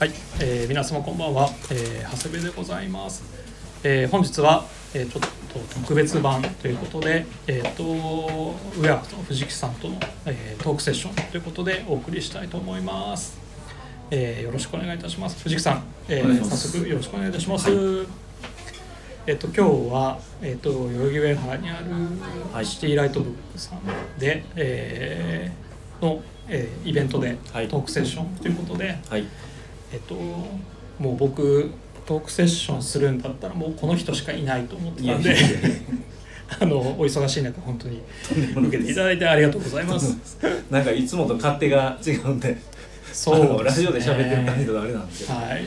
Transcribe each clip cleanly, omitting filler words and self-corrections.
はい、皆様こんばんは、長谷部でございます。本日は、ちょっと特別版ということで、上原と藤木さんとの、トークセッションということでお送りしたいと思います。よろしくお願いいたします。藤木さん、早速よろしくお願いいたします。はい、今日は、代々木上原にあるシティライトブックさんで、の、イベントでトークセッションということで、はい、もう僕トークセッションするんだったらもうこの人しかいないと思ってたんでお忙しい中本当に受けていただいてありがとうございますなんかいつもと勝手が違うんで、そうラジオで喋ってる感じとあれなんですけど、はい、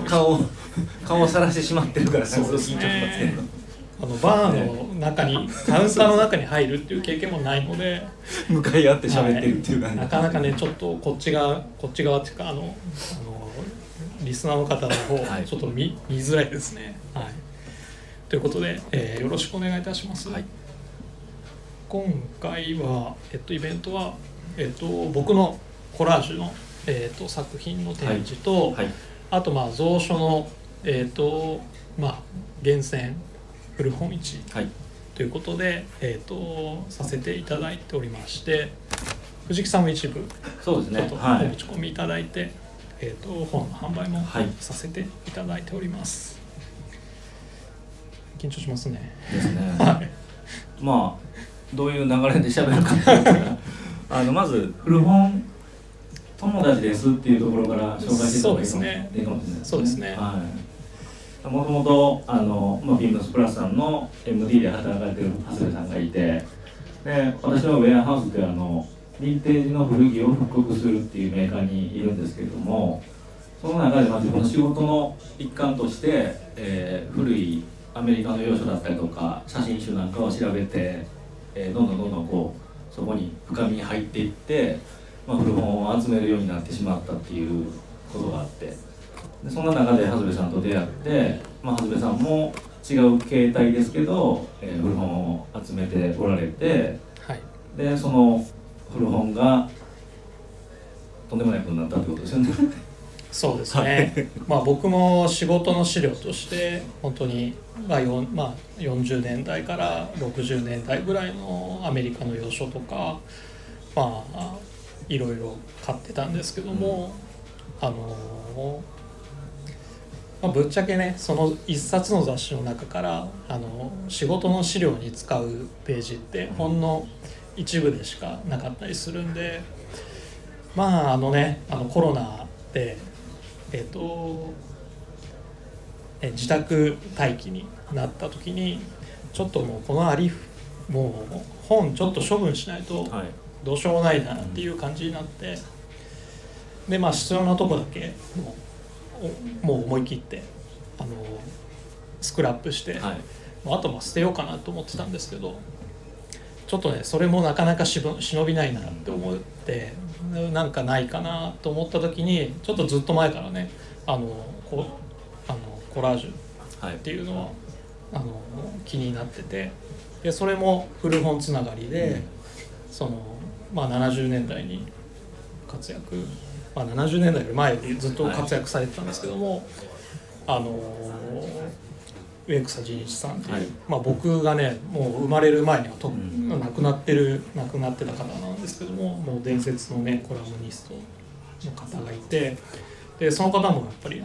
顔をさらしてしまってるからそうですね。バーの中にカウンターの中に入るっていう経験もないので向かい合って喋ってるっていう感じ、 なかなかねちょっとこっち側っていうかリスナーの方の方、ちょっと見づらいですね、はい、ということで、よろしくお願いいたします、はい、今回は、イベントは、僕のコラージュの、作品の展示と、はいはい、あと蔵書の、厳選古本市ということで、させていただいておりまして、藤木さんも一部そうですね、 ちょっとお持ち込みいただいて、本の販売もさせていただいております、緊張しますね。 ですねはい、どういう流れで喋るかっていうとまず古本友達ですっていうところから紹介していただけるかもしれないですね。 そうですね。 はい、もともとビームスプラスさんの MD で働かれてる長谷部さんがいて、で私はウェアハウスというヴィンテージの古着を復刻するっていうメーカーにいるんですけれども、その中で自分の仕事の一環として、古いアメリカの洋書だったりとか写真集なんかを調べて、どんどんこうそこに深みに入っていって、古本を集めるようになってしまったっていうことがあって、でそんな中で長谷部さんと出会って、長谷部さんも違う形態ですけど、古本を集めておられて、はい、でその古本がとんでもないことになったってことですよね。 そうですね、僕も仕事の資料として本当に、40年代から60年代ぐらいのアメリカの洋書とかいろいろ買ってたんですけども、ぶっちゃけねその一冊の雑誌の中から仕事の資料に使うページってほんの一部でしかなかったりするんで、コロナで自宅待機になった時にちょっともうこのもう本ちょっと処分しないとどうしようもないなっていう感じになって、で必要なとこだけもう思い切ってスクラップして、はい、あと捨てようかなと思ってたんですけど、ちょっとねそれもなかなか忍びないなって思って、なんかないかなと思った時にちょっとずっと前からねコラージュっていうのは、気になってて、でそれも古本つながりで、70年代に活躍、70年代より前にずっと活躍されてたんですけども、植草仁一さんっていう、僕がねもう生まれる前には亡くなってた方なんですけども、もう伝説のねコラムニストの方がいて、でその方もやっぱり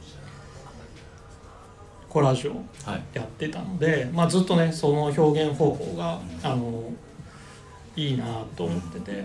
コラージュをやってたので、ずっとねその表現方法がいいなと思ってて、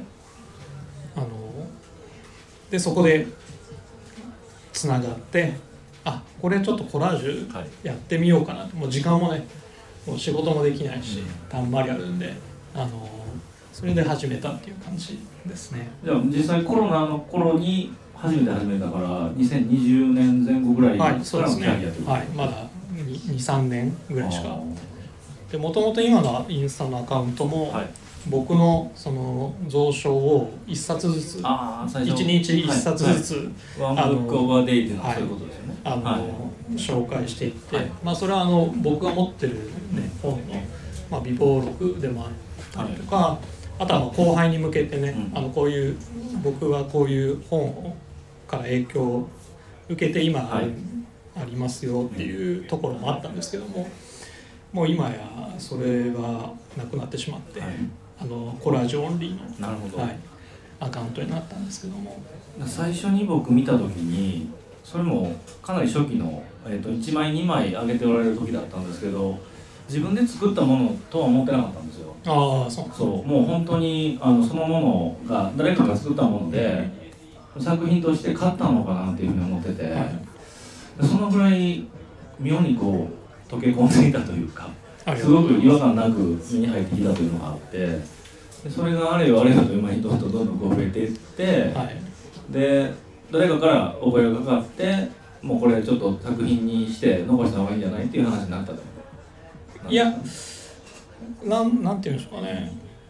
でそこでつながって、これちょっとコラージュやってみようかなと、もう時間もねもう仕事もできないし、たんまりあるんでそれで始めたっていう感じですね。 じゃあ実際コロナの頃に初めて始めたから2020年前後ぐらいからのキャリアということ、 まだ 2,3 年ぐらいしかで、もともと今のインスタのアカウントも、僕のその蔵書を1冊ずつ1日1冊ずつ、 ワンブックオーバーデイっていうのはそういうことですよね。 紹介していって、それは僕が持ってる、本の、備忘録でもあったりとか、あとは後輩に向けてね、こういう僕はこういう本から影響受けて今はいありますよっていうところもあったんですけども、もう今やそれがなくなってしまって、 はい、 コラージュオンリーの、 なるほど、 はい、アカウントになったんですけども、 最初に僕見た時にそれもかなり初期の、1枚2枚上げておられる時だったんですけど、自分で作ったものとは思ってなかったんですよ。 ああ、そうそうもう本当にそのものが誰かが作ったもので作品として買ったのかなっていうふうに思ってて、 はい、 そのぐらい妙にこう溶け込んでいたというか、すごく違和感なく目に入ってきたというのがあって、でそれがあれよあれよという間にどんどんどんどんこう増えていって、 はい、 で誰かからお声がかかって、もうこれちょっと作品にして残した方がいいんじゃないっていう話になったと。 いや、なんていうんでしょうかね、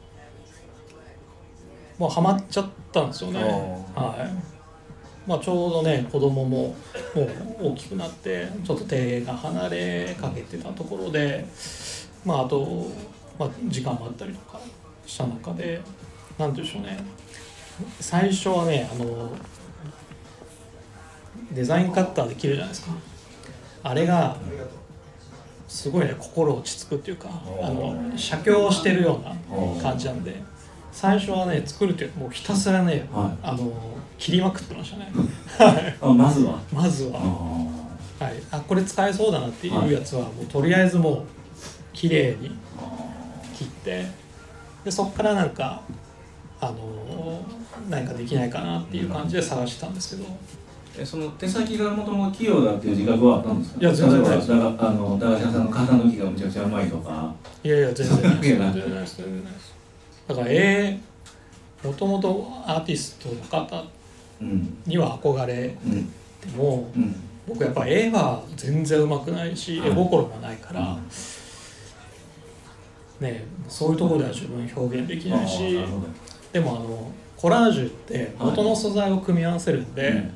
もうハマっちゃったんですよね。はい、ちょうどね子供ももう大きくなってちょっと手が離れかけてたところで、あと、時間もあったりとかした中で、なんていうんでしょうね、最初はねデザインカッターで切るじゃないですか。あれがすごいね心落ち着くっていうか、写経してるような感じなんで、最初はね作るというかもうひたすらね、切りまくってましたね。 まずははい、これ使えそうだなっていうやつはもうとりあえずもう綺麗に切って、でそこからなんか何かできないかなっていう感じで探してたんですけど、 その手先がもともと器用だっていう自覚はあったんですか？ いや全然ないです。 駄菓子屋さんの型抜きがむちゃくちゃうまいとか。 いや全然ないです。だからもともとアーティストの方には憧れても、僕やっぱ絵は全然うまくないし、絵心もないから、ね、そういうところでは自分表現できないし、でもコラージュって元の素材を組み合わせるんで、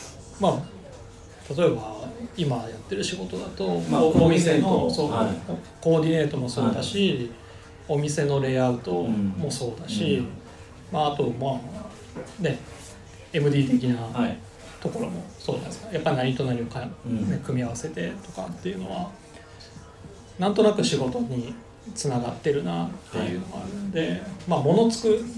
例えば今やってる仕事だと、お店のコーディネートもそうだし、お店のレイアウトもそうだし、あとね MD 的なところもそうじゃないですか。やっぱり何と何を組み合わせてとかっていうのはなんとなく仕事につながってるなっていうのがあるんで、物作る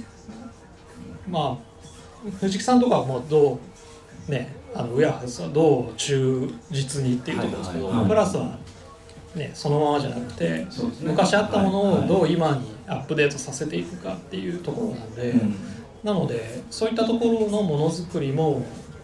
藤木さんとかはもうどうねウェアハウスはどう忠実にっていうところですけど、プラスはねそのままじゃなくて、昔あったものをどう今にアップデートさせていくかっていうところなんで、なのでそういったところのものづくりも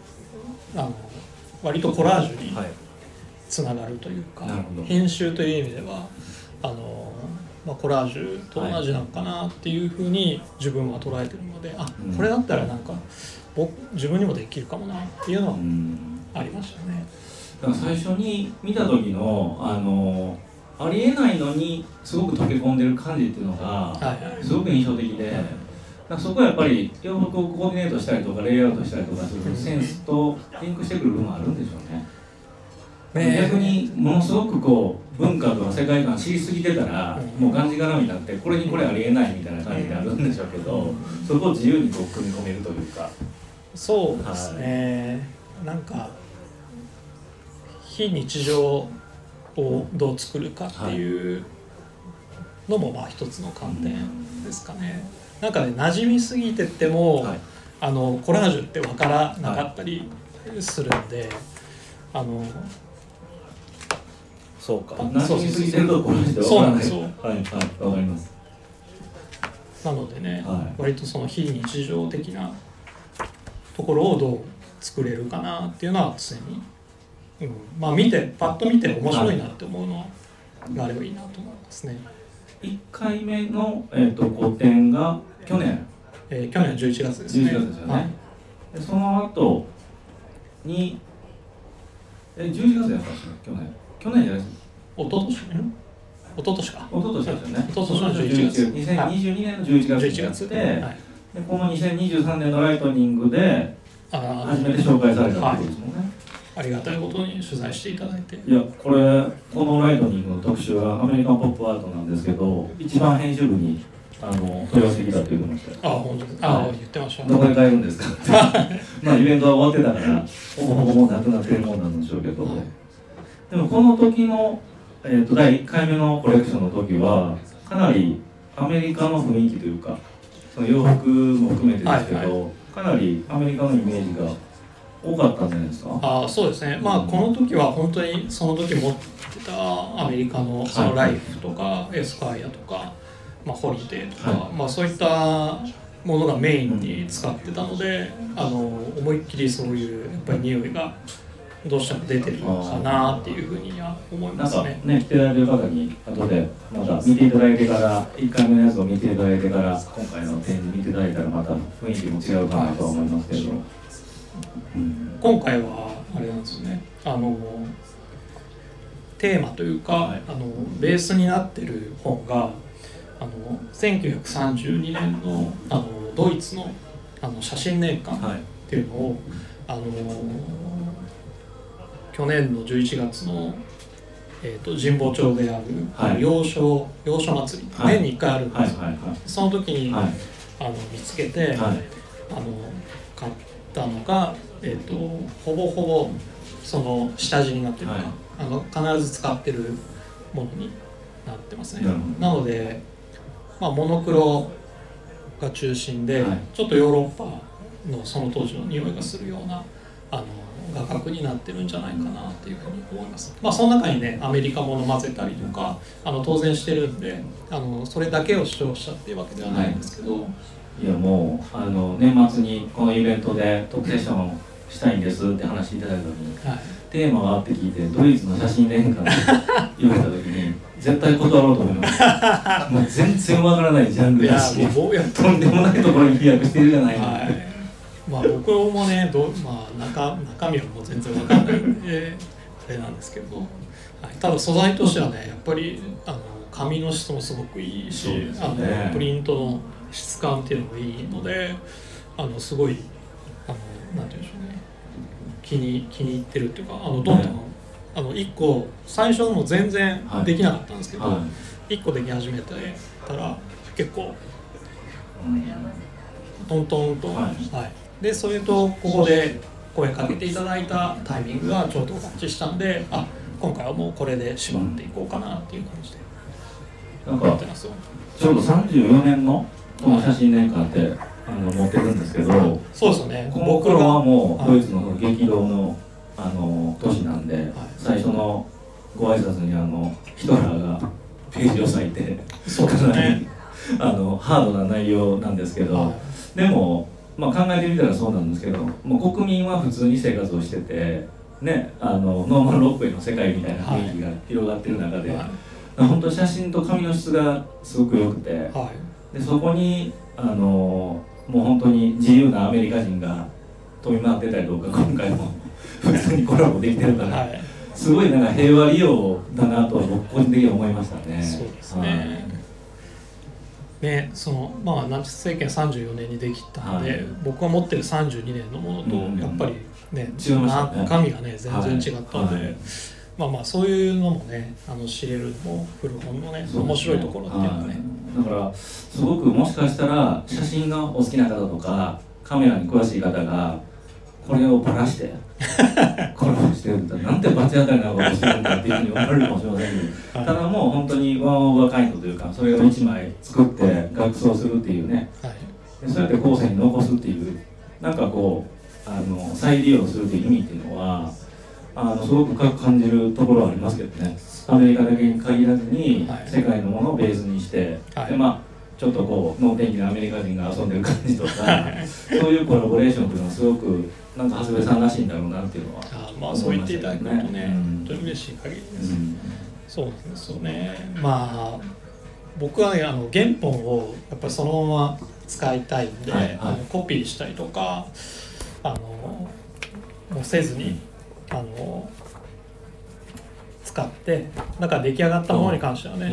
割とコラージュにつながるというか、編集という意味ではコラージュと同じなのかなっていうふうに自分は捉えてるので、これだったらなんか自分にもできるかもなっていうのはありましたね。 だから最初に見た時のありえないのにすごく溶け込んでる感じっていうのがすごく印象的で、そこはやっぱり洋服をコーディネートしたりとかレイアウトしたりとかするセンスとリンクしてくる部分もあるんでしょうね。逆にものすごくこう文化とか世界観知りすぎてたら、もうがんじがらみになってこれにこれありえないみたいな感じであるんでしょうけど、そこを自由にこう組み込めるというか。 そうですね、なんか非日常をどう作るかっていうのも一つの観点ですかね。なんかね馴染みすぎてっても、コラージュって分からなかったりするんで、 そうか。馴染みすぎてるとコラージュって分からない。そうなんですよ。わかります。 なのでね、割とその非日常的なところをどう作れるかなっていうのは常に、パッと見て面白いなって思うのがあればいいなと思いますね。 1回目の、個展が去年 11月ですね。 11月ですよね。でその後に11月やったんですよ、去年じゃないですか。 一昨年か。 一昨年ですよね。 一昨年の11月。 2022年の11月で、この2023年のライトニングで初めて紹介されたってことですもんね。 ありがたいことに取材していただいて。 いや、このライトニングの特集はアメリカンポップアートなんですけど、一番編集部に問い合わせてきたって言ってましたよ。 本当です。言ってました。 どこで買えるんですかってまあイベントは終わってたからほぼほぼもうなくなってるもんなんでしょうけど、でもこの時の、第1回目のコレクションの時はかなりアメリカの雰囲気というか、その洋服も含めてですけど、かなりアメリカのイメージが多かったんじゃないですか。 そうですね、まあこの時は本当にその時持ってたアメリカのそのライフとかエスカイアとか、まあ、ホリデーとか、まあ、そういったものがメインに使ってたので、思いっきりそういうやっぱり匂いがどうしても出てるかなっていうふうには思いますね。 なんかね、来てられる方に後でまた見ていただいてから、1回目のやつを見ていただいてから、今回の展示見ていただいたらまた雰囲気も違うかなとは思いますけど、 今回はあれなんですよね、テーマというか、ベースになってる本が1932年のドイツの写真年間っていうのを、去年の11月の、神保町である洋書祭り、年に1回あるんですよ。その時に、見つけて、買ったのが、ほぼほぼその下地になってるか、必ず使ってるものになってますね。なので、まあ、モノクロが中心で、ちょっとヨーロッパのその当時の匂いがするような画角になってるんじゃないかなっていうふうに思います。まあその中にねアメリカもの混ぜたりとか当然してるんでそれだけを主張したっていうわけではないんですけど、 いやもう年末にこのイベントでトークセッションしたいんですって話いただいたのに、テーマがあって聞いてドイツの写真年間言われた時に絶対断ろうと思います。もう全然わからないジャンルだし、とんでもないところに飛躍してるじゃないの。 まあ僕もね中身はもう全然わかんないんであれなんですけど、ただ素材としてはねやっぱり紙の質もすごくいいし、プリントの質感っていうのもいいのですごいなんていうんでしょうね、気に入ってるっていうかどんどん1個最初も全然できなかったんですけど、1個でき始めてたら結構トントンと、でそれとここで声かけていただいたタイミングがちょうど合致したんで、今回はもうこれで縛っていこうかなっていう感じでやってますよ。 ちょうど34年のこの写真年間って持ってるんですけど、 そうですよね。 この頃はもうドイツの激動の年なんで、最初のご挨拶にヒトラーがページを割いて、かなりハードな内容なんですけど、でも、まあ、考えてみたらそうなんですけど、もう国民は普通に生活をしてて、ね、ノーマルロックへの世界みたいな雰囲気が広がってる中で、本当写真と紙の質がすごく良くて、でそこにもう本当に自由なアメリカ人が飛び回ってたりとか、今回も普通にコラボできてるから、すごいなんか平和利用だなと僕個人的に思いましたね。 そうですね。まあナチス政権34年にできたので、僕が持ってる32年のものとやっぱりね、中身がね全然違ったので、まあそういうのもね知れるのも古本のね面白いところっていうのはね。 だからすごくもしかしたら写真がお好きな方とかカメラに詳しい方がこれをばらしてコラボしてるってなんて罰当たりなことをしてるんだっていうふうに思われるかもしれませんけど、ただもう本当にワンオブアカインドというか、それを1枚作って額装するっていうね、でそうやって後世に残すっていうなんかこう再利用するっていう意味っていうのはすごく深く感じるところはありますけどね。アメリカだけに限らずに世界のものをベースにして、でまあちょっとこう能天気なアメリカ人が遊んでる感じとかそういうコラボレーションっていうのはすごくなんか長谷部さんらしいんだろうなっていうのはまあそう言っていただくとね、本当に嬉しい限りです。そうなんですよね。まあ僕はね原本をやっぱりそのまま使いたいんで、コピーしたりとかもうせずに使って、だから出来上がったものに関してはね、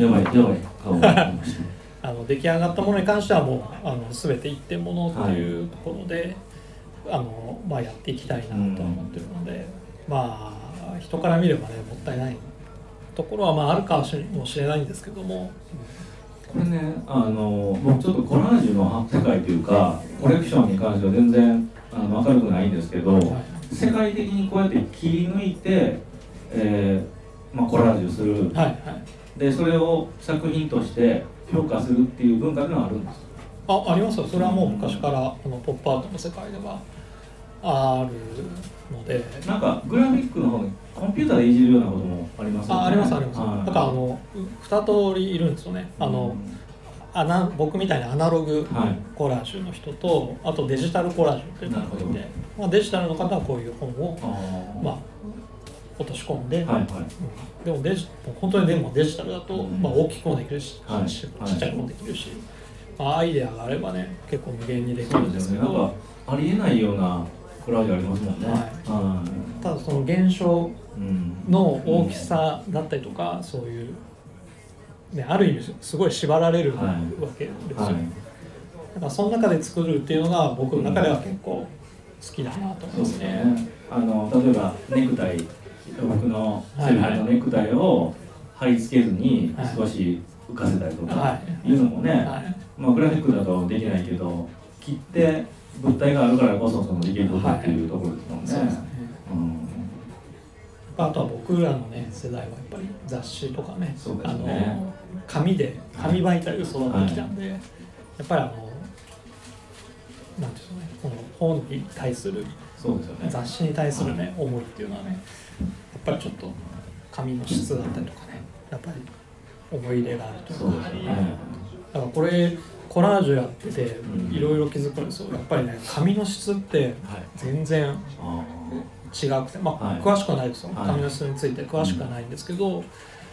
出来上がったものに関してはもう全て一点物っていうところで、まあ、やっていきたいなとは思ってるので、まあ人から見ればねもったいないところはまああるかもしれないんですけども、 これね僕ちょっとコラージュの世界というかコレクションに関しては全然明るくないんですけけど、世界的にこうやって切り抜いて、コラージュする、でそれを作品として評価するっていう文化があるんですか？ ありますよ。それはもう昔からこのポップアートの世界ではあるので、 なんかグラフィックの方にコンピューターでいじるようなこともありますよね。 あります。だから2通りいるんですよね。僕みたいなアナログコラージュの人と、あとデジタルコラージュっていうのがいて、デジタルの方はこういう本を落とし込んで、でも本当にデジタルだと、大きくもできるし、ちっちゃいもできるし、アイデアがあればね結構無限にできるんですけど、 なんかありえないようなコラージュありますもんね。 ただその現象の大きさだったりとか、そういうある意味すごい縛られるわけですよ。だからその中で作るっていうのが僕の中では結構好きだなと思いますね。 例えばネクタイ、僕の先輩のネクタイを貼り付けずに少し浮かせたりとかいうのもね、グラフィックだとできないけど、切って物体があるからこそできることっていうところですもんね。 あとは僕らのね世代はやっぱり雑誌とかね、紙媒体で育ってきたんで、やっぱりなんていうんですかね、この本に対する、雑誌に対するね、思いっていうのはね、やっぱりちょっと紙の質だったりとかね、やっぱり思い入れがあるというか、だからこれコラージュやってていろいろ気づくんですよ。やっぱりね紙の質って全然違くて、詳しくはないですよ。紙の質について詳しくはないんですけど、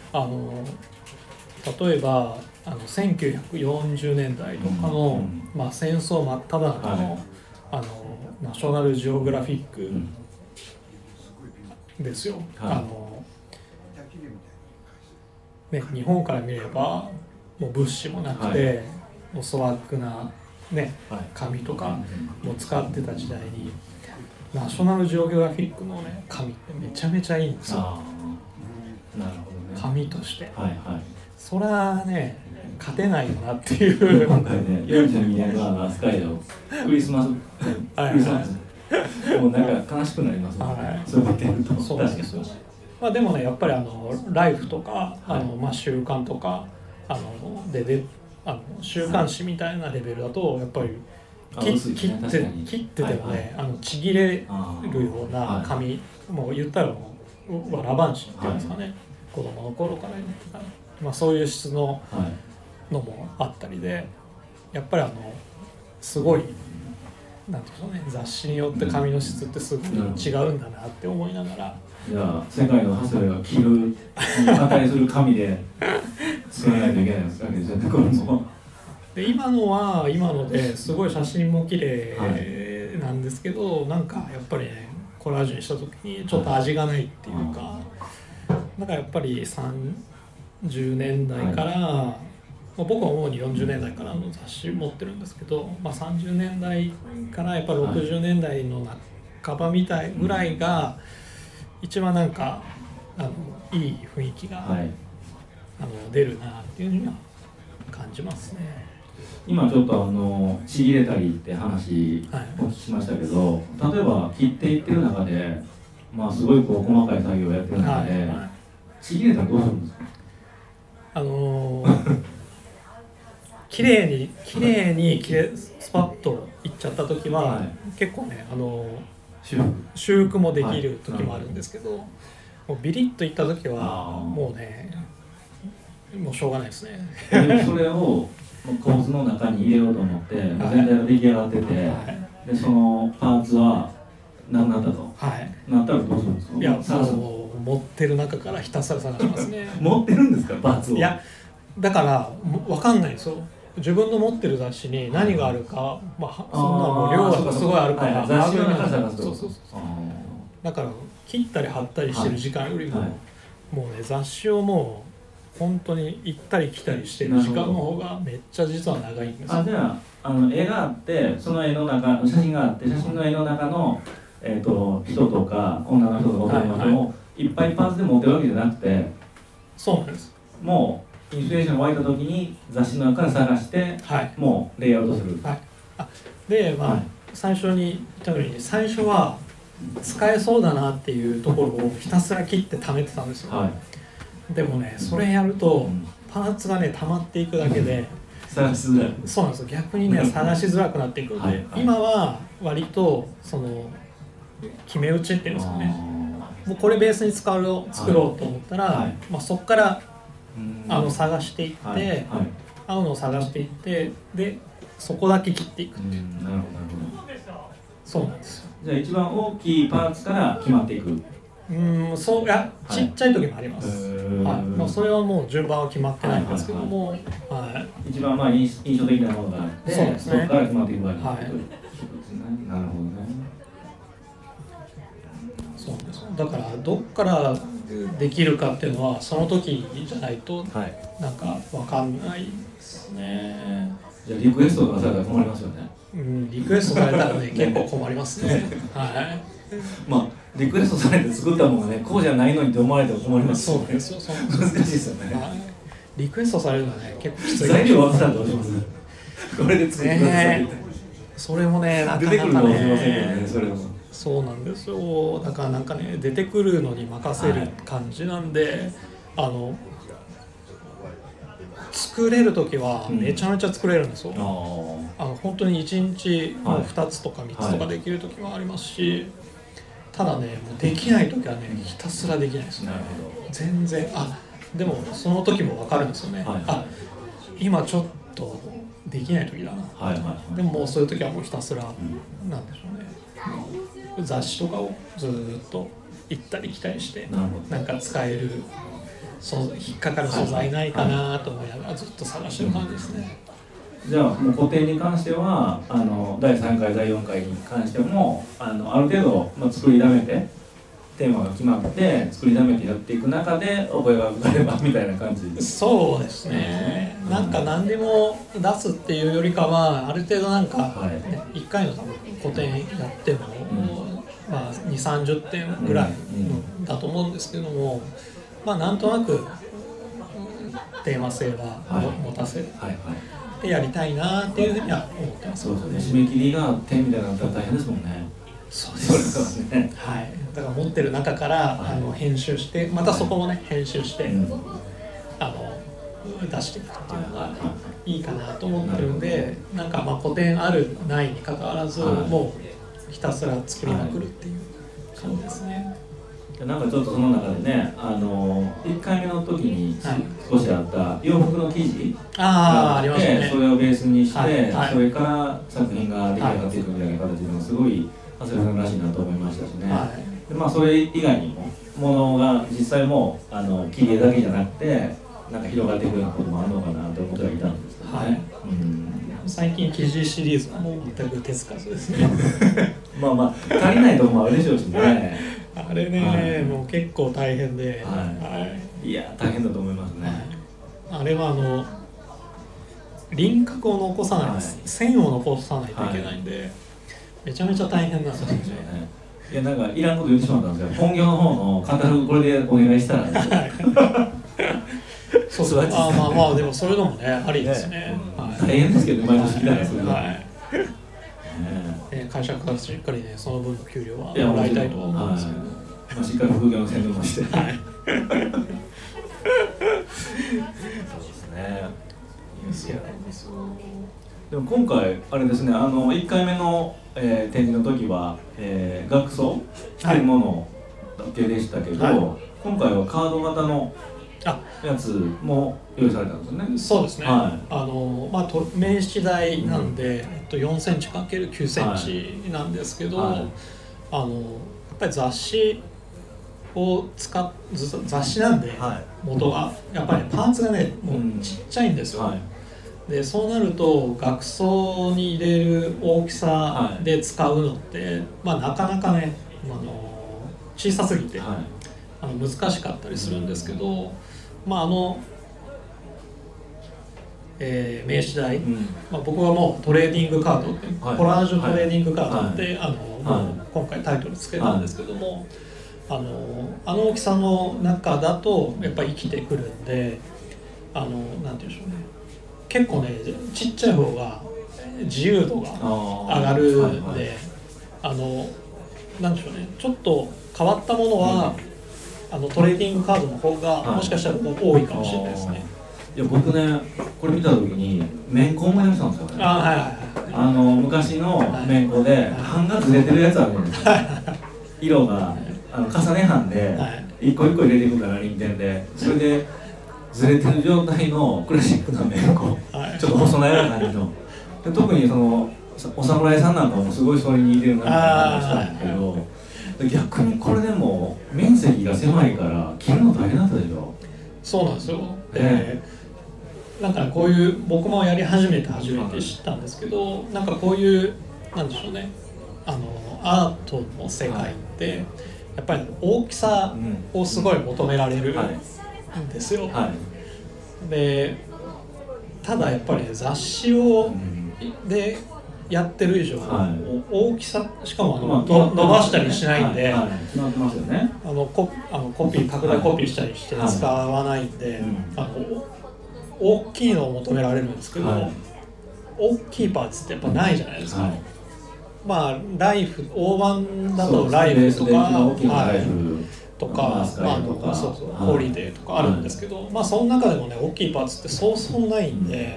例えば1940年代とかの、戦争真っ只中の、ナショナルジオグラフィックですよ。日本から見ればもう物資もなくて、もう粗悪な、紙とかも使ってた時代に、ナショナルジオグラフィックの、紙ってめちゃめちゃいいんですよ。 なるほどね。 紙として。そりゃね勝てないよなっていう。 今回ね、42年の飛鳥のクリスマス、もうなんか悲しくなりますね。それ見てると。 そうなんですよ。でもね、やっぱりライフとか週刊とか週刊誌みたいなレベルだとやっぱり切っててもね、ちぎれるような紙、もう言ったらわらばんしっていうんですかね、子供の頃から言ってた、そういう質ののもあったりで、やっぱりすごいなんていうんですかね、雑誌によって紙の質ってすごい違うんだなって思いながら。 じゃあ世界の長谷部が着るに値する紙で作らないといけないわけですよね、これも。 で今のは今のですごい写真も綺麗なんですけど、なんかやっぱりねコラージュにした時にちょっと味がないっていうか、だからやっぱり30年代から、僕は主に40年代からの雑誌持ってるんですけど、30年代からやっぱり60年代の半ばみたいぐらいが一番なんかいい雰囲気が、出るなっていうふうには感じますね。 今ちょっとちぎれたりって話をしましたけど、例えば切っていってる中で、すごい細かい作業をやってる中で、ちぎれたらどうするんですか？ 綺麗にスパッといっちゃった時は、結構ね修復もできる時もあるんですけど、もうビリッといった時はもうねもうしょうがないですね。 それを構図の中に入れようと思って全体が出来上がってて、でそのパーツはなくなったと、なったらどうするんですか？ いや、もう持ってる中からひたすら探しますね。 持ってるんですか、パーツを？ いや、だから分かんないですよ。自分の持ってる雑誌に何があるか、そんなもう量がすごいあるから、 雑誌の中探すと。 だから切ったり貼ったりしてる時間よりも、もうね雑誌をもう本当に行ったり来たりしてる時間の方がめっちゃ実は長いんですよ。 じゃあ絵があって、その絵の中写真があって、写真の絵の中の人とか女の人とか男の人をいっぱいパーツで持ってるわけじゃなくて、 そうなんです。 もうインスピレーションが湧いた時に雑誌の中から探して、もうレイアウトする。 で、最初に言ったように最初は使えそうだなっていうところをひたすら切って貯めてたんですよ、 はい、 でもねそれやるとうんパーツがね溜まっていくだけで探しづらい。 そうなんですよ、逆にね探しづらくなっていくので、 はいはい今は割とその決め打ちっていうんですかね、もうこれベースに作ろうと思ったら、 はいまあ、そこからうん探していって、 はいはい、 合うのを探していってでそこだけ切っていくっていう、 なるほどなるほど。 そうなんですよ。 じゃあ一番大きいパーツから決まっていく。 そういやちっちゃい時もあります、はいまあ、それはもう順番は決まってないんですけども、はい一番まあ印象的なものがあって、 そうですねそこから決まっていく場合に、 はいということですね。なるほどね。 そうなんですよ。だからどっからできるかっていうのはその時じゃないとはい。 なんか分かんないですね。 じゃあリクエストとかされたら困りますよね。 リクエストされたらね結構困りますね。はい。 まあリクエストされて作ったものがね、こうじゃないのにって思われても困りますそうよね。 ですよ。そう難しいですよね。 はい。リクエストされるのはね結構きつい。 材料渡したらどうします？これで作ってくださいみたいな。 それもねなかなかね。 出てくるかもしれませんけどね、それも。 そうなんですよ。だからなんかね出てくるのに任せる感じなんで、作れる時はめちゃめちゃ作れるんですよ。本当に1日もう2つとか3つとかできる時もありますし、ただねもうできない時はねひたすらできないですね。 なるほど。 全然でもその時も分かるんですよね。今ちょっとできない時だな。 はいはいはい。 でももうそういう時はもうひたすらなんでしょうね。雑誌とかをずっと行ったり来たりしてなんか使える引っかかる素材ないかなと思いながらずっと探してる感じですね。 じゃあもう固定に関しては第3回第4回に関してもある程度、作りだめてテーマが決まって作りだめてやっていく中でお声がかかればみたいな感じ。 そうですね。なんか何でも出すっていうよりかはある程度なんか、1回の多分個展やっても、2、30点ぐらいだと思うんですけども、なんとなくテーマ性は持たせてやりたいなっていうふうには思ってます。 そうですね。締め切りが点みたいなのだったら大変ですもんね。 そうです。 ね。 はい。だから持ってる中から編集してまたそこもね編集して出していくっていうのがいいかなと思ってるんで、なんか古典あるないに関わらずもうひたすら作りまくるっていう感じですね。 なんかちょっとその中でね、1回目の時に少しあった洋服の生地があって、それをベースにして、それから作品が出来上がっていくみたいな形でもすごい長谷部さんらしいなと思いましたしね。でそれ以外にもものが実際も切り絵だけじゃなくてなんか広がっていくようなこともあるのかなと思ってはいたんですけどね。 最近生地シリーズはもう全く手つかずですね。 足りないところもあるでしょうしね。 あれね、もう結構大変で、 いや大変だと思いますね。 あれは輪郭を残さない、線を残さないといけないんで、めちゃめちゃ大変なんですよね。 いやなんかいらんこと言ってしまったんですけど、本業の方のカタログこれでお願いしたらそうでもそういうのもねありですね。 大変ですけど毎年来たらそれは。 会社からしっかりねその分の給料はもらいたいとは思うんですけど、 しっかり副業の宣伝もして。そうですね。でも今回あれですね、1回目の、展示の時は、額装してるものだけでしたけど、今回はカード型のやつも用意されたんですよね。 そうですね。名刺台なんで、4センチ ×9 センチなんですけど、やっぱり雑誌を雑誌なんで、元がやっぱりパーツがねもうちっちゃいんですよ。でそうなると額装に入れる大きさで使うのって、なかなかね小さすぎて、難しかったりするんですけど、名刺台、僕はもうトレーディングカードって、コラージュトレーディングカードって今回タイトルつけたんですけども、大きさの中だとやっぱり生きてくるんで、なんて言うんでしょうね、結構ねちっちゃい方が自由度が上がるんで、 なんでしょうね、ちょっと変わったものは、トレーディングカードの方がもしかしたら多いかもしれないですね。 いや僕ねこれ見た時にめんこ思い出したんですよね。 はいはいはい、 昔のめんこで版がずれてるやつあるんですよ。色が重ね版で一個一個入れていくから輪転で、それでずれてる状態のクラシックなめんこ、ちょっと細長い感じので、特にそのお侍さんなんかもすごいそれに似てるなって思いしたんですけど、逆にこれでも面積が狭いから切るの大変だったでしょ。 そうなんですよ。なんかこういう僕もやり始めて初めて知ったんですけど、なんかこういうなんでしょうね、アートの世界ってやっぱり大きさをすごい求められるんですよ。でただやっぱり雑誌をでやってる以上、大きさしかも伸ばしたりしないんで、コピー拡大コピーしたりして使わないんで、大きいのを求められるんですけど、大きいパーツってやっぱないじゃないですか。まあライフ大判だとライフとかとかホリデーとかあるんですけど、まあその中でもね大きいパーツってそうそうないんで、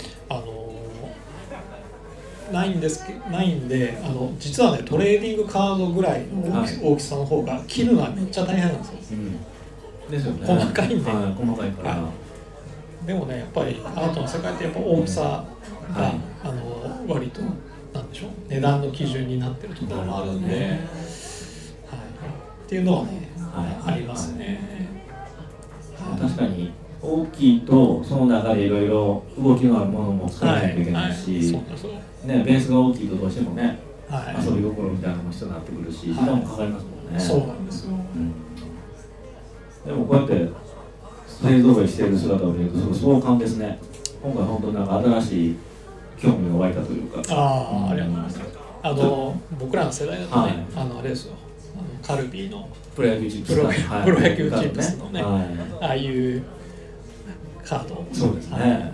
ないんで実はねトレーディングカードぐらいの大きさの方が切るのはめっちゃ大変なんですよ。 ですよね。 細かいんで。 細かいから。でもねやっぱりアートの世界ってやっぱ大きさが、割となんでしょう、値段の基準になってるところもあるんで、っていうのはね、ありますね。 確かに大きいとその中でいろいろ動きのあるものも作らないといけないし、ベースが大きいとどうしてもね、遊び心みたいなのも必要になってくるし、時間もかかりますもんね。 そうなんですよ。 でもこうやって勢ぞろいしている姿を見ると壮観ですね。今回本当になんか新しい興味が湧いたというか。 ありがとうございます。僕らの世代だとね、あれですよ、カルビーのプロ野球チップス、 プロ野球チップスのね、ああいうカード、 そうですね、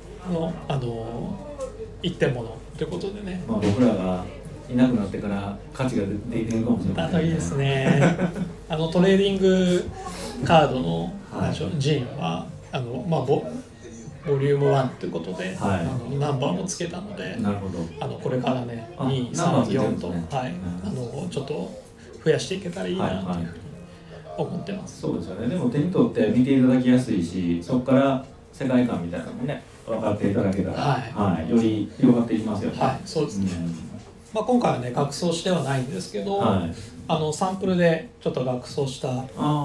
一点物ということでね、 僕らがいなくなってから価値が出ているかもしれない。 いいですね。トレーディングカードのジンはボリューム1ということで、ナンバーもつけたので、これからね2、3、4と、ちょっと増やしていけたらいいなというふうに思ってます。 そうですよね。でも手に取って見ていただきやすいし、そこから世界観みたいなのもね分かっていただけたら、より広がっていきますよね。 そうですね。今回はね額装してはないんですけど、サンプルでちょっと額装した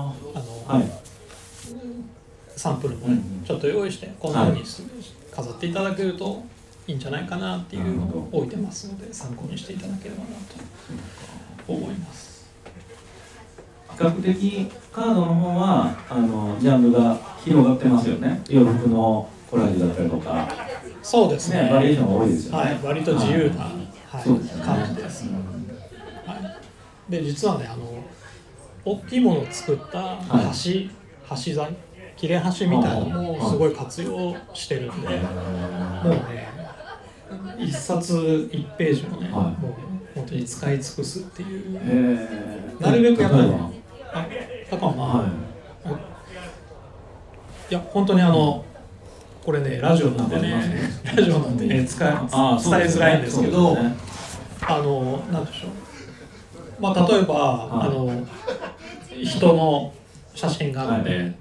サンプルもちょっと用意してこんな風に飾っていただけるといいんじゃないかなっていうのを置いてますので、参考にしていただければなと思います。 比較的カードの方はジャンルが広がってますよね。洋服のコラージュだったりとか、 そうですね、 バリエーションが多いですよね。 割と自由な感じです。で実はね大きいものを作った箸材、切れ端みたいなのもすごい活用してるんで、もうね一冊1ページもね、もう本当に使い尽くすっていう、なるべくやっぱりいや本当にこれねラジオなんでね伝えづらいんですけど、なんでしょう、例えば人の写真があるんで、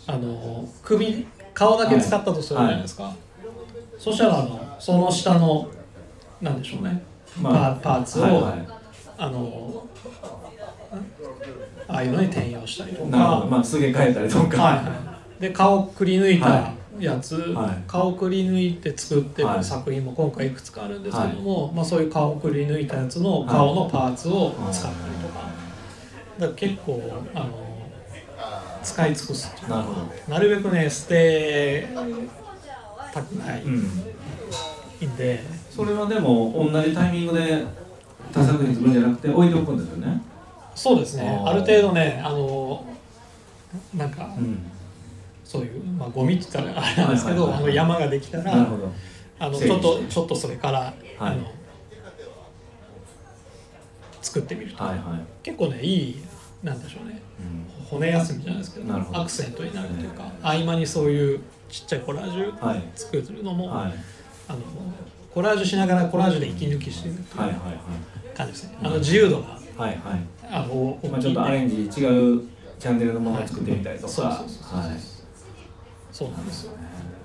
顔だけ使ったとするじゃないですか。そしたらその下のなんでしょうね、パーツをああいうのに転用したりとか、 すげ替えたりとか、 で顔くり抜いたやつ、顔くり抜いて作ってる作品も今回いくつかあるんですけども、そういう顔くり抜いたやつの顔のパーツを使ったりとか、だから結構使い尽くすっていうか、なるべくね捨てたくないんで、 それはでも同じタイミングで他作品作るんじゃなくて置いておくんですよね。 そうですね、ある程度ねなんか、そういうゴミって言ったらあれなんですけど、山ができたらちょっとそれから作ってみると、 はいはい、 結構ねいいなんでしょうね、骨休みじゃないですけど、アクセントになるというか、合間にそういうちっちゃいコラージュ作るのも、 はい、 コラージュしながらコラージュで息抜きしていくという感じですね。自由度が、 はいはい、 大きい、 まあ、ちょっとアレンジ違うチャンネルのものを作ってみたりとか、 そうなんですよ。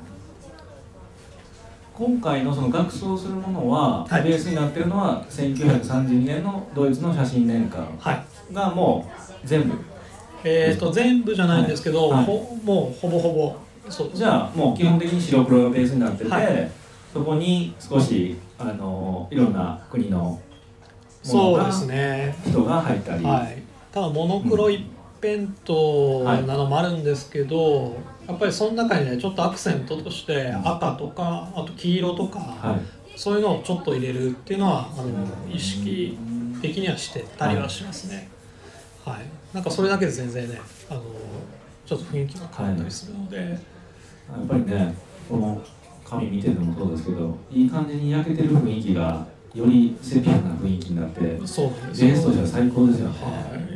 今回のその学装するものは、 はい、 ベースになっているのは1932年のドイツの写真年間がもう全部、 全部じゃないんですけど、 はい、 もうほぼほぼそうです。 じゃあもう基本的に白黒がベースになってて、 はい、 そこに少しいろんな国のものが、人が入ったり、 はい、ただモノクロ一辺倒なのもあるんですけど、やっぱりその中にねちょっとアクセントとして赤とかあと黄色とか、はい、そういうのをちょっと入れるっていうのは意識的にはしてたりはしますね。はい、なんかそれだけで全然ねちょっと雰囲気が変わったりするので、はい、やっぱりねこの紙見ててもそうですけど、いい感じに焼けてる雰囲気がよりセピアな雰囲気になって、 そうなんですベースとしては最高ですよね。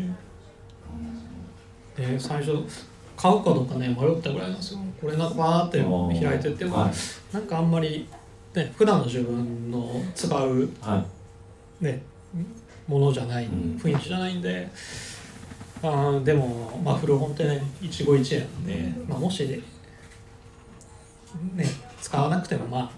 はい、で最初買うかどうかね迷ったぐらいなんですよ。これなんかバーって開いてっても、はい、なんかあんまり、ね、普段の自分の使う、はいね、ものじゃない、雰囲気じゃないんで、でも、まあ、古本ってね一期一会なんで、まあ、もしね使わなくてもまあ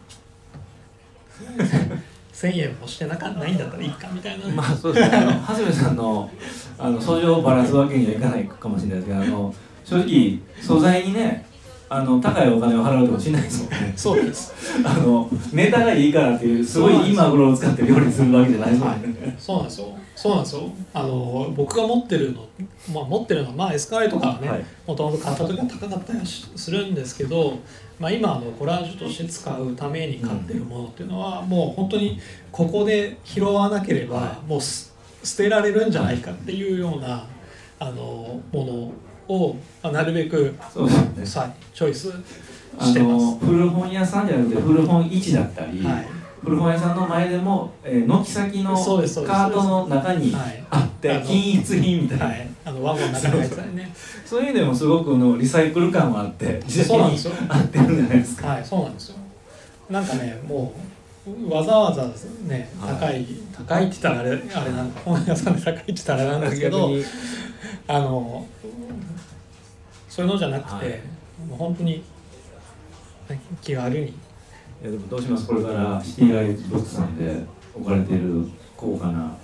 1000円もしてないんだったらいいかみたいな。 まあそうですね。長谷部さんの素性をばらすわけにはいかないかもしれないですけど、正直素材にね高いお金を払うともしないですもんね。 そうです。 ネタがいいからっていうすごいいいマグロを使って料理するわけじゃないですもんね。 そうなんですよ。そうなんですよ。僕が持ってるの、まあエスカレートからね、もともと買った時は高かったりするんですけど、まあ今コラージュとして使うために買ってるものっていうのは、もう本当にここで拾わなければもう捨てられるんじゃないかっていうようなものをなるべくそうですね、 チョイスしてます。 古本屋さんじゃなくて古本市だったり、はい、古本屋さんの前でも軒先のカートの中にあって均一品みたいな、はい、 ワゴンの中に入ってたりねそういう意味でもすごくリサイクル感もあって自然に合ってるんじゃないですか。 はい、そうなんですよ。なんかねもうわざわざね高いって言ったらあれなんか本屋さんで高いって言ったらあれなんですけどそういうのじゃなくて、はい、もう本当に気軽に。 でもどうします、これからシティライツブックさんで置かれている高価な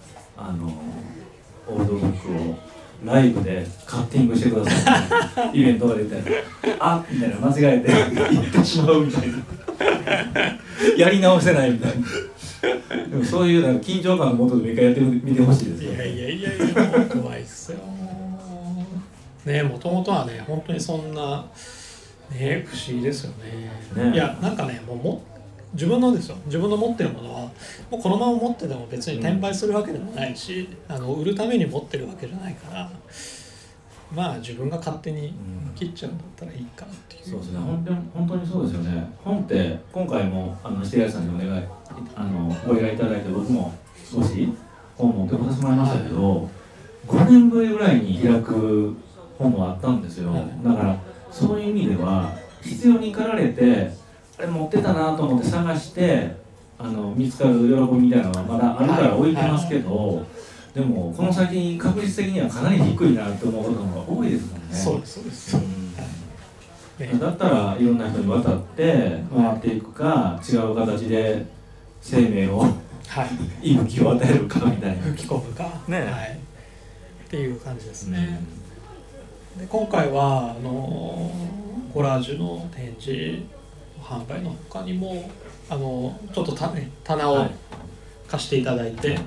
オールドブックをライブでカッティングしてくださいイベントが出てあみたいな間違えて言ってしまうみたいなやり直せないみたいな。でもそういうなんか緊張感のもとでも一回やってみてほしいですよね。 いやもう怖いっすよね。もともとはね本当にそんなね不思議ですよね。いやなんかねもう自分の持ってるものはもうこのまま持ってても別に転売するわけでもないし、売るために持ってるわけじゃないから、まあ自分が勝手に切っちゃうんだったらいいかなっていう。 そうですね、本当にそうですよね。本って今回もシティライツさんにご依頼いただいて僕も少し本持ってこさせてもらいましたけど、5年ぶりぐらいに開く本もあったんですよ。だからそういう意味では必要に駆られてあれ持ってたなと思って探して見つかる喜びみたいなのはまだあるから置いてますけど、でもこの先確実的にはかなり低いなって思うことが多いですもんね。 そうです、 だったらいろんな人に渡って回っていくか、違う形で生命を息吹を与えるかみたいな、 吹き込むか、ね、はい、っていう感じですね。で今回はコラージュの展示販売の他にもちょっと棚を貸していただいて、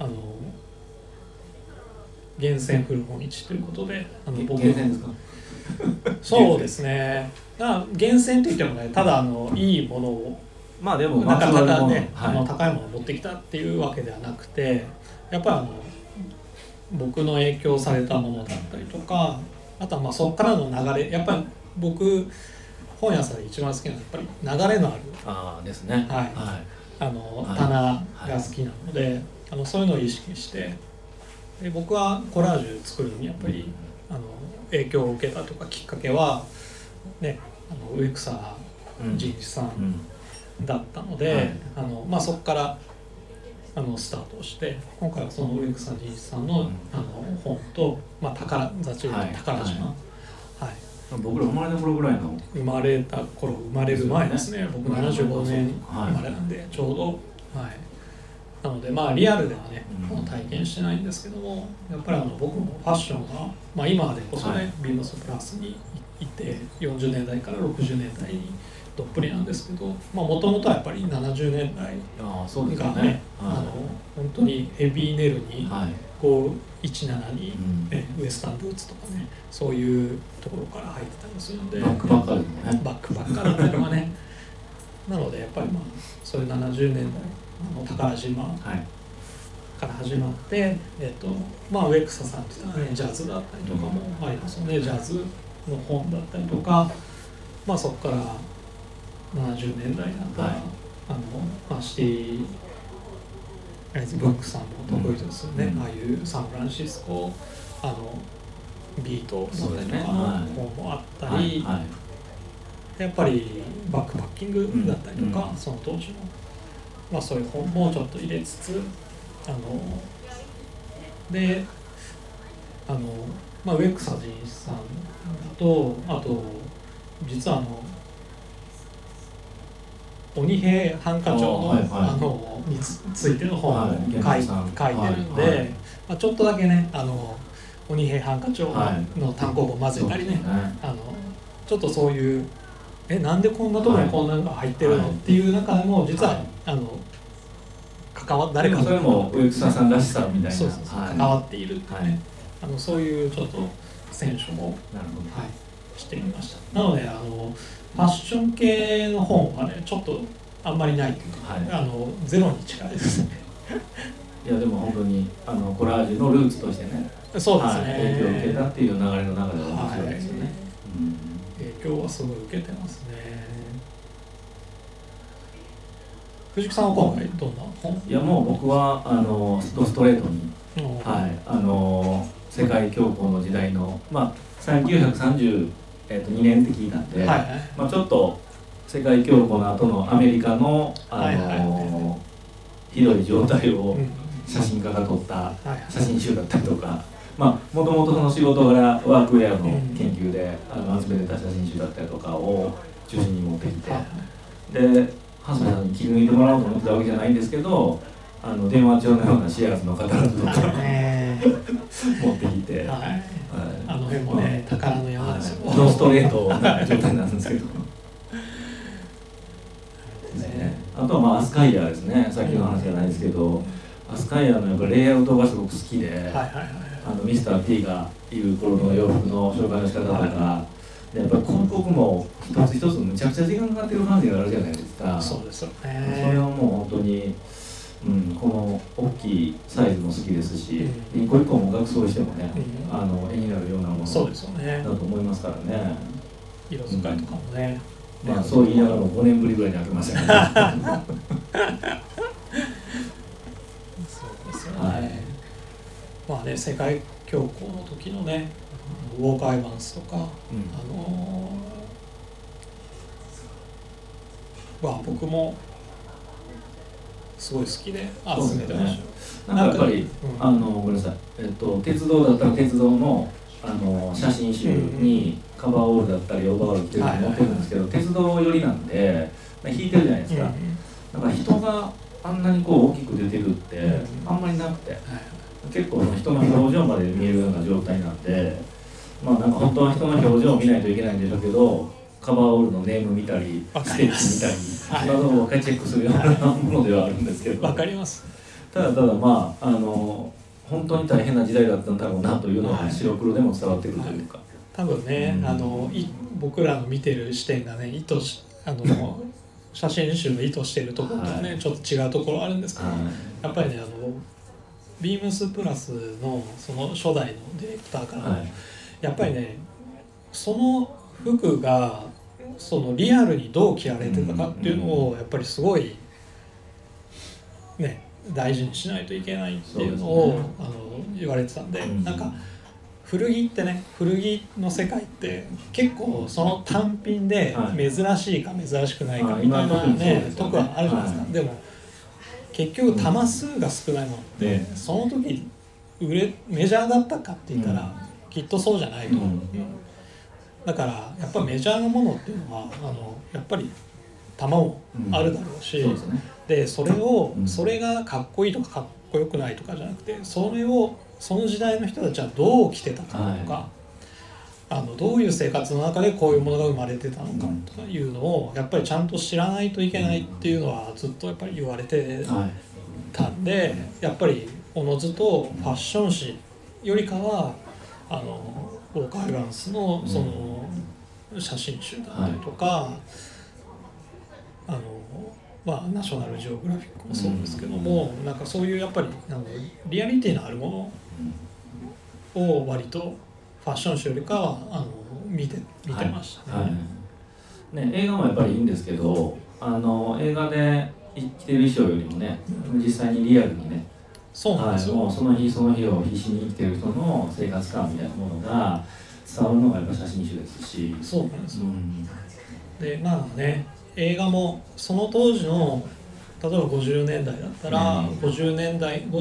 厳選古本市ということで僕厳選ですかそうですね。厳選といってもねただいいものをまあでもなんかただね、高いものを持ってきたっていうわけではなくて、やっぱり僕の影響されたものだったりとか、あとはまあそこからの流れ、やっぱり僕本屋さんで一番好きなのはやっぱり流れのあるですね、 棚が好きなので、 そういうのを意識して、で僕はコラージュ作るのにやっぱり影響を受けたとかきっかけはね、植草仁一さんだったので、そこからスタートをして、今回はその植草仁一さんの本と、宝雑誌の宝島、 僕ら生まれた頃ぐらいの生まれる前ですね。僕75年生まれなんでちょうど、なのでリアルではね体験してないんですけども、やっぱり僕もファッションが、今でこそね、ビームスプラスにいて40年代から60年代にどっぷりなんですけど、もともとはやっぱり70年代がね、本当にヘビーネルに517に、ウエスタンブーツとかね、そういうところから入ってたりするんで、 バックばっかりね、 バックばっかだったりとかねなのでやっぱりそういう70年代宝島から始まって、植草さんっていうのはねジャズだったりとかもありますよね。ジャズの本だったりとか、そこから70年代だったら、シティブックさんも得意ですよね、ああいうサンフランシスコビートだったりとかの本もあったり、やっぱりバックパッキングだったりとか、その当時の、そういう本もちょっと入れつつ、で植草仁一さんと、あと実は鬼平犯科帳の、についての本を書いてるんで、ちょっとだけね鬼平犯科帳の単行本混ぜたりね、ちょっとそういうなんでこんなところにこんなのが入ってるのっていう中でも実は誰かそれも植草さんらしさみたいな、 そう関わっているってね、そういうちょっと選手もしてみました。なのでファッション系の本はねちょっとあんまりないというか、ゼロに近いですね。 いやでも本当にコラージュのルーツとしてね、 そうですね、 影響を受けたっていう流れの中では面白いですよね。 影響はすごい受けてますね。藤木さんは今回どんな本？ いやもう僕はストレートに、世界恐慌の時代の1932年って聞いたんで、ちょっと世界恐慌の後のアメリカのひどい状態を写真家が撮った写真集だったりとか、もともとその仕事柄ワークウェアの研究で集めてた写真集だったりとかを中心に持ってきて、で長谷部さんに切り抜いてもらおうと思ってたわけじゃないんですけど、電話帳のようなシェアーズの方とか持ってきて、 あの辺もね宝の山ですよ。 ノーストレートな状態なんですけどあとはアスカイヤーですね。さっきの話じゃないですけど、アスカイヤーのやっぱレイアウトがすごく好きで、ミスター T がいる頃の洋服の紹介の仕方とか、やっぱり広告も一つ一つむちゃくちゃ時間かかってる感じがあるじゃないですか。 そうですよね。 それはもう本当に、この大きいサイズも好きですし、一個一個も額装してもね、絵になるようなものだと思いますからね。 色使いとかもね。 そう言いながらも5年ぶりぐらいに開けましたね。 そうですよね。世界恐慌の時のね、ウォーカー・エヴァンスとか、僕もすごい好きで集めてました。 なんかやっぱり、ごめんなさい、鉄道だったら鉄道の写真集にカバーオールだったりオーバーオール着てるの持ってるんですけど、鉄道寄りなんで引いてるじゃないですか。だから人があんなに大きく出てるってあんまりなくて、結構人の表情まで見えるような状態なんで、なんか本当は人の表情を見ないといけないんでしょうけど、カバーオールのネーム見たりステッチ見たりそんなところをチェックするようなものではあるんですけど、 わかります。 ただ本当に大変な時代だったんだろうなというのが白黒でも伝わってくるというか、 多分ね、僕らの見てる視点がね写真集の意図しているところとね、ちょっと違うところあるんですけど、やっぱりねビームスプラスのその初代のディレクターから、やっぱりねその服がそのリアルにどう着られてたかっていうのをやっぱりすごいね大事にしないといけないっていうのを言われてたんで、なんか古着ってね、古着の世界って結構その単品で珍しいか珍しくないかみたいなね、とこはあるじゃないですか。でも結局玉数が少ないものってその時メジャーだったかって言ったらきっとそうじゃないと思う。だからやっぱメジャーなものっていうのはやっぱり玉もあるだろうし、でそれがかっこいいとかかっこよくないとかじゃなくて、その時代の人たちはどう生きてたかとか、どういう生活の中でこういうものが生まれてたのかとかいうのをやっぱりちゃんと知らないといけないっていうのはずっとやっぱり言われてたんで、やっぱりおのずとファッション誌よりかはウォーカー・エヴァンスのその写真集だったりとか、ナショナルジオグラフィックもそうですけども、なんかそういうやっぱりリアリティのあるものを割とファッション誌よりかは見てましたね。 映画もやっぱりいいんですけど、映画で着てる衣装よりもね、実際にリアルにね、 そうなんですよ。 もうその日その日を必死に生きてる人の生活感みたいなものが伝わるのがやっぱ写真集ですし。 そうなんですよ。で映画もその当時の例えば50年代だったら、50年代に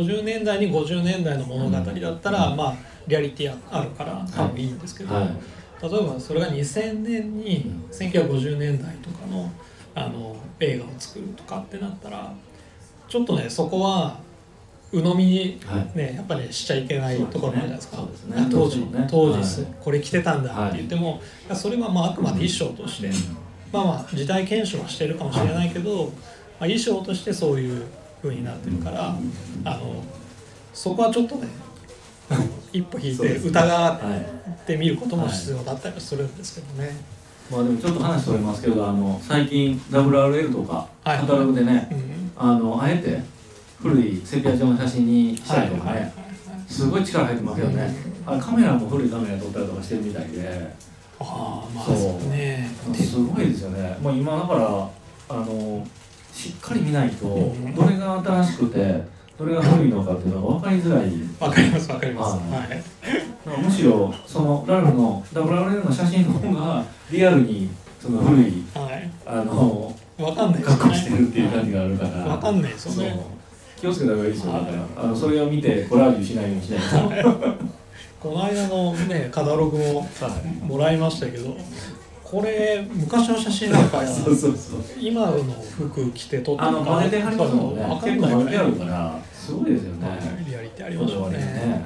50年代の物語だったら、リアリティあるから多分いいんですけど、例えばそれが2000年に1950年代とかの映画を作るとかってなったらちょっとね、そこは鵜呑みにね、やっぱりしちゃいけないところなんじゃないですか。当時これ着てたんだって言っても、それはあくまで衣装として、時代検証はしてるかもしれないけど、衣装としてそういう風になってるから、そこはちょっとね一歩引いて疑ってみることも必要だったりするんですけどね。 でもちょっと話それますけど、最近 WRL とかカタログでね、あえて古いセピア調の写真にしたりとかね、すごい力入ってますよね。カメラも古いカメラで撮ったりとかしてるみたいで、 そうね、 すごいですよね。もう今だからしっかり見ないと、どれが新しくてどれが古いのかっていうのが分かりづらい。 分かります。 むしろそのラルフの WRL の写真の方がリアルにその古い分かんない格好してるっていう感じがあるから、 分かんないですよね。 気をつけた方がいいですよ。だからそれを見てコラージュしないようにしないと。 この間のねカタログももらいましたけど、これ昔の写真なんか今の服着て撮ったのか真似てはりますもんね。結構真似てあるからすごいですよね。 リアリティありますよね。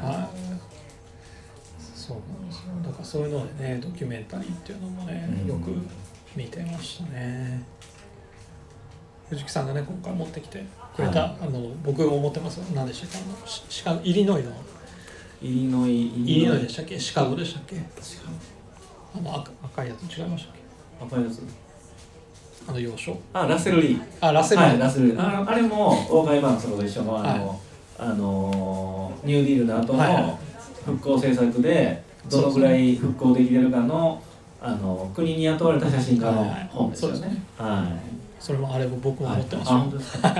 そうなんですよ。だからそういうのでね、ドキュメンタリーっていうのもね、よく見てましたね。藤木さんがね今回持ってきてくれた、僕も持ってますよ。何でしたっけ、イリノイでしたっけ、シカゴでしたっけ、赤いやつ違いましたっけ、 赤いやつ、 洋書、 ラッセルリー、 ラッセルリー、 あれもオーカイバンスと一緒のニューディールの後の復興政策でどのぐらい復興できてるかの国に雇われた写真家の本ですよね。 それも僕も持ってました。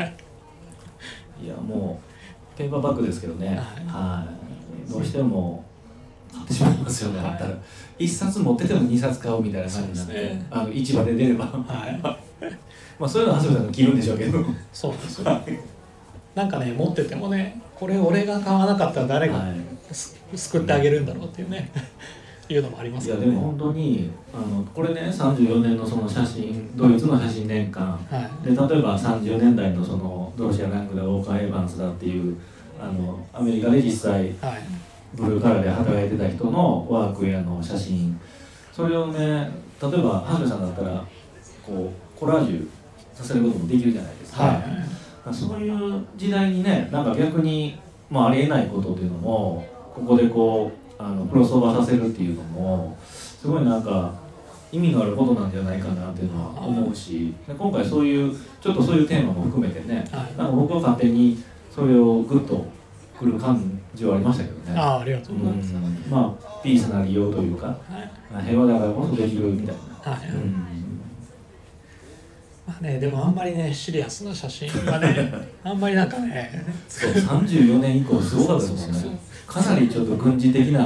いやもうペーパーバッグですけどね、どうしても買ってしまいますよね。だったら1冊持ってても2冊買うみたいな感じになって、市場で出ればそういうのは長谷部さんが着るんでしょうけど。 そうですよ。なんかね、持っててもね、これ俺が買わなかったら誰が救ってあげるんだろうっていうねいうのもありますよね。 いやでも本当にこれね、34年のその写真、ドイツの写真年間、で例えば30年代のそのドロシア・ラングだ、オーカー・エヴァンスだっていうアメリカで実際、ブルーカラーで働いてた人のワークウェアの写真、それをね、例えば長谷部さんだったらこうコラージュさせることもできるじゃないですか。そういう時代にね、なんか逆に、ありえないことっていうのもここでこうクロスオーバーさせるっていうのもすごいなんか意味のあることなんじゃないかなっていうのは思うし、で今回そういうちょっとそういうテーマも含めてね、なんか僕は勝手にそれをグッとくる感じはありましたけどね。 ありがとうございます。ピースな利用というか、平和だからこそできるみたいな。 ね、でもあんまりねシリアスな写真がねあんまりなんかねそう34年以降すごかったですもんね。かなりちょっと軍事的な、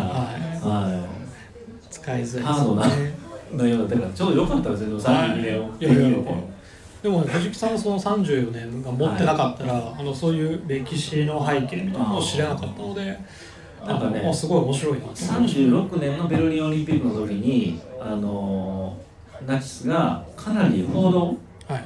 使いづらいですね。 ハードな内容だったからちょうど良かったですよ、32年を手に入れて。 でも藤木さんはその34年が持ってなかったら、そういう歴史の背景みたいなのを知らなかったので、 なんかね、 すごい面白いなと思いました。 36年のベルリンオリンピックの時にナチスがかなり報道、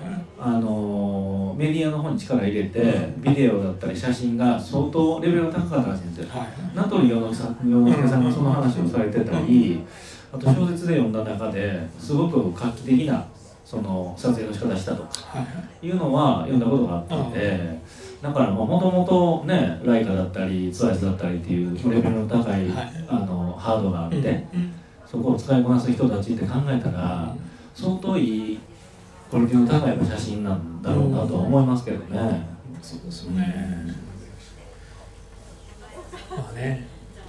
メディアの方に力入れて、ビデオだったり写真が相当レベルが高かったらしいんですよ。名取洋之助さんがその話をされてたり、あと小説で読んだ中ですごく画期的なその撮影の仕方したというのは読んだことがあったんで、だからもともとねライカだったりツアイスだったりっていうレベルの高い、ハードがあって、そこを使いこなす人たちって考えたら相当いいクオリティの高い写真なんだろうなとは思いますけどね。 そうですよね。まあね、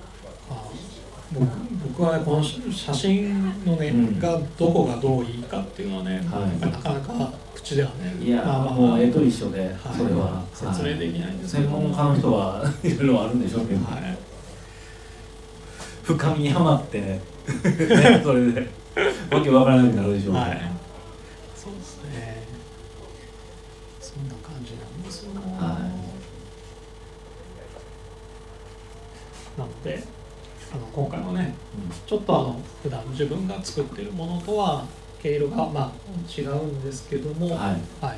僕はねこの写真のね、がどこがどういいかっていうのはね、なかなか口ではね、 いやもう絵と一緒で、それは説明できないんですけど、 専門家の人はいろいろあるんでしょうけど、深みにはまってねそれでわけわからなくなるでしょうね。 そうですね。そんな感じなんですよ。なので今回はね、ちょっと普段自分が作っているものとは毛色が違うんですけども、ま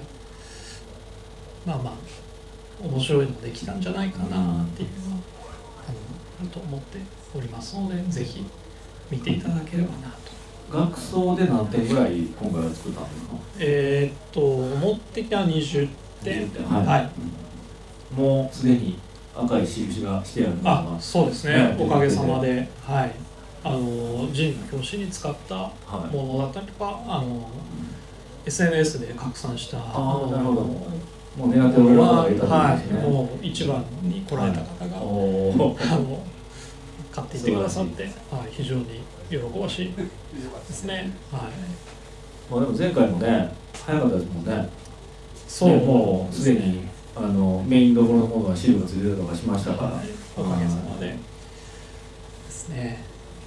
あ面白いのができたんじゃないかなっていうのはと思っておりますので、ぜひ見ていただければなと。 学装で何点ぐらい今回は作ったんですか？ 持ってきた20点。 もうすでに赤い印がしてあるのが、 そうですね、おかげさまで、ジンの表紙に使ったものだったりとか、SNS で拡散したもう狙ってる方がいたんですね。 もう一番に来られた方が、買っていってくださって、非常に喜ばしいですね。 でも前回もね早かったですもんね。もうすでにメインどころのものがシールがついてるとかしましたから、 おかげさまでですね。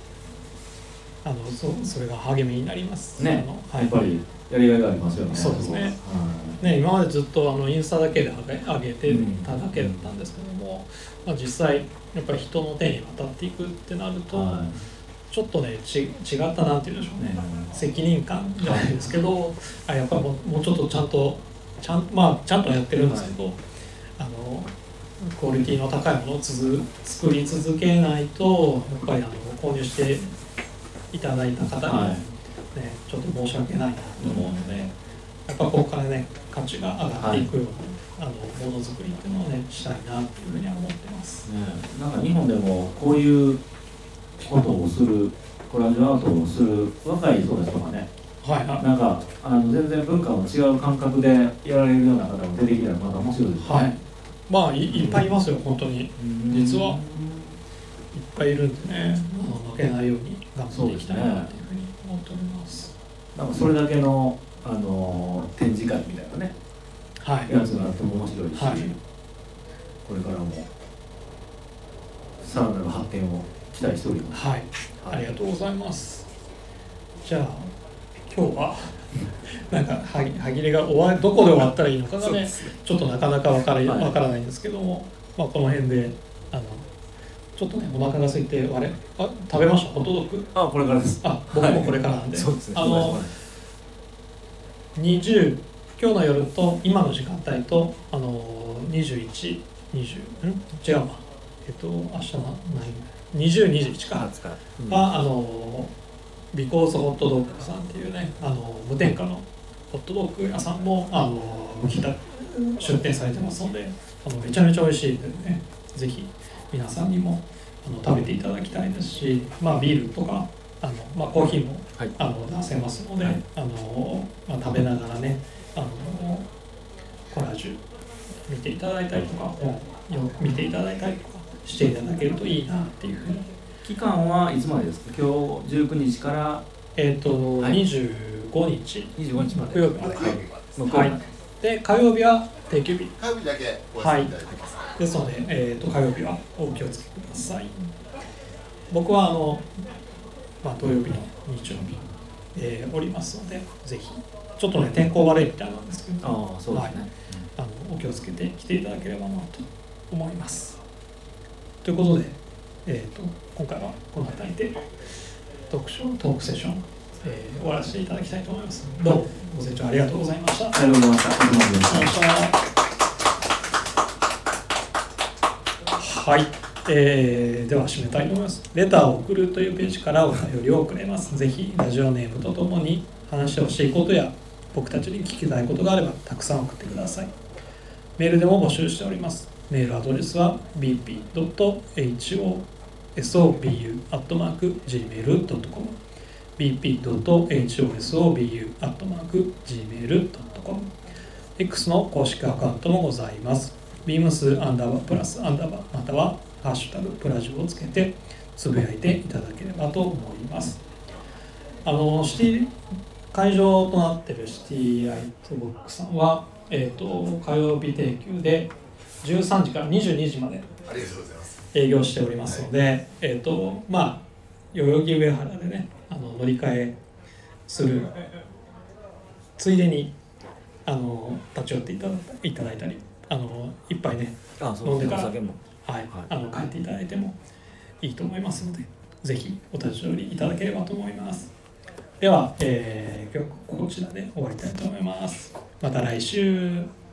それが励みになりますね。やっぱりやりがいがありますよね。 そうですね。今までずっとインスタだけで上げてただけだったんですけども、実際やっぱり人の手に渡っていくってなると、ちょっとね違ったなんて言うんでしょうね、責任感じゃないですけど、やっぱりもうちょっとちゃんとやってるんですけど、クオリティの高いものを作り続けないと、やっぱり購入していただいた方に、ちょっと申し訳ないなと思うので、やっぱここからね価値が上がっていくような、ものづくりっていうのをねしたいなっていうふうには思ってます。 なんか日本でもこういうことをするコラージュアートをする若い人たちとかね、なんか全然文化の違う感覚でやられるような方も出てきたらまた面白いですね。 いっぱいいますよ本当に。実はいっぱいいるんでね、負けないように頑張っていきたいなというふうに思っております。 なんかそれだけの展示会みたいなね、やつがあっても面白いし、これからもさらなる発展を期待しております。 ありがとうございます。じゃあ今日はなんか歯切れがどこで終わったらいいのかがねちょっとなかなかわからないんですけども、この辺でちょっとねお腹が空いて食べましたホットドッグ。 これからです。 僕もこれからなんで、 そうですね。 今日の夜と今の時間帯と21、20違うわ明日の20、21かはビコーズホットドッグさんっていうね無添加のホットドッグ屋さんも出店されてますので、めちゃめちゃ美味しいのでね、ぜひ皆さんにも食べていただきたいですし、ビールとかコーヒーも、出せますので、食べながらねコラージュ見ていただいたりとか本見ていただいたりとかしていただけるといいなっていうふうに。 期間はいつまでですか？今日19日から 25日 25日まで木曜日まで、 はいはい、で火曜日は定休日、 火曜日だけお休みいただいてます。 ですので、火曜日はお気をつけください。僕は土曜日の日曜日、おりますので、ぜひちょっとね天候悪いみたいなんですけど、 ああそうですね、 はい、お気をつけて来ていただければなと思います。ということで、今回はこの辺りでトークセッション、終わらせていただきたいと思います。どうもご清聴ありがとうございました。 ありがとうございました。お疲れ様でした。 はい、では締めたいと思います。レターを送るというページからお便りを送れます。ぜひラジオネームとともに話してほしいことや僕たちに聞きたいことがあればたくさん送ってください。メールでも募集しております。メールアドレスは bp.hosobu@gmail.com bp.hosobu@gmail.com X の公式アカウントもございます。beams_+_ またはハッシュタグプラジオをつけてつぶやいていただければと思います。会場となっているシティライトブックさんは、火曜日定休で13時から22時まで営業しておりますので、代々木上原でね乗り換えするついでに立ち寄っていただいたり一杯ね飲んでから、はい、帰っていただいてもいいと思いますので、ぜひお立ち寄りいただければと思います。では、今日こちらで終わりたいと思います。また来週。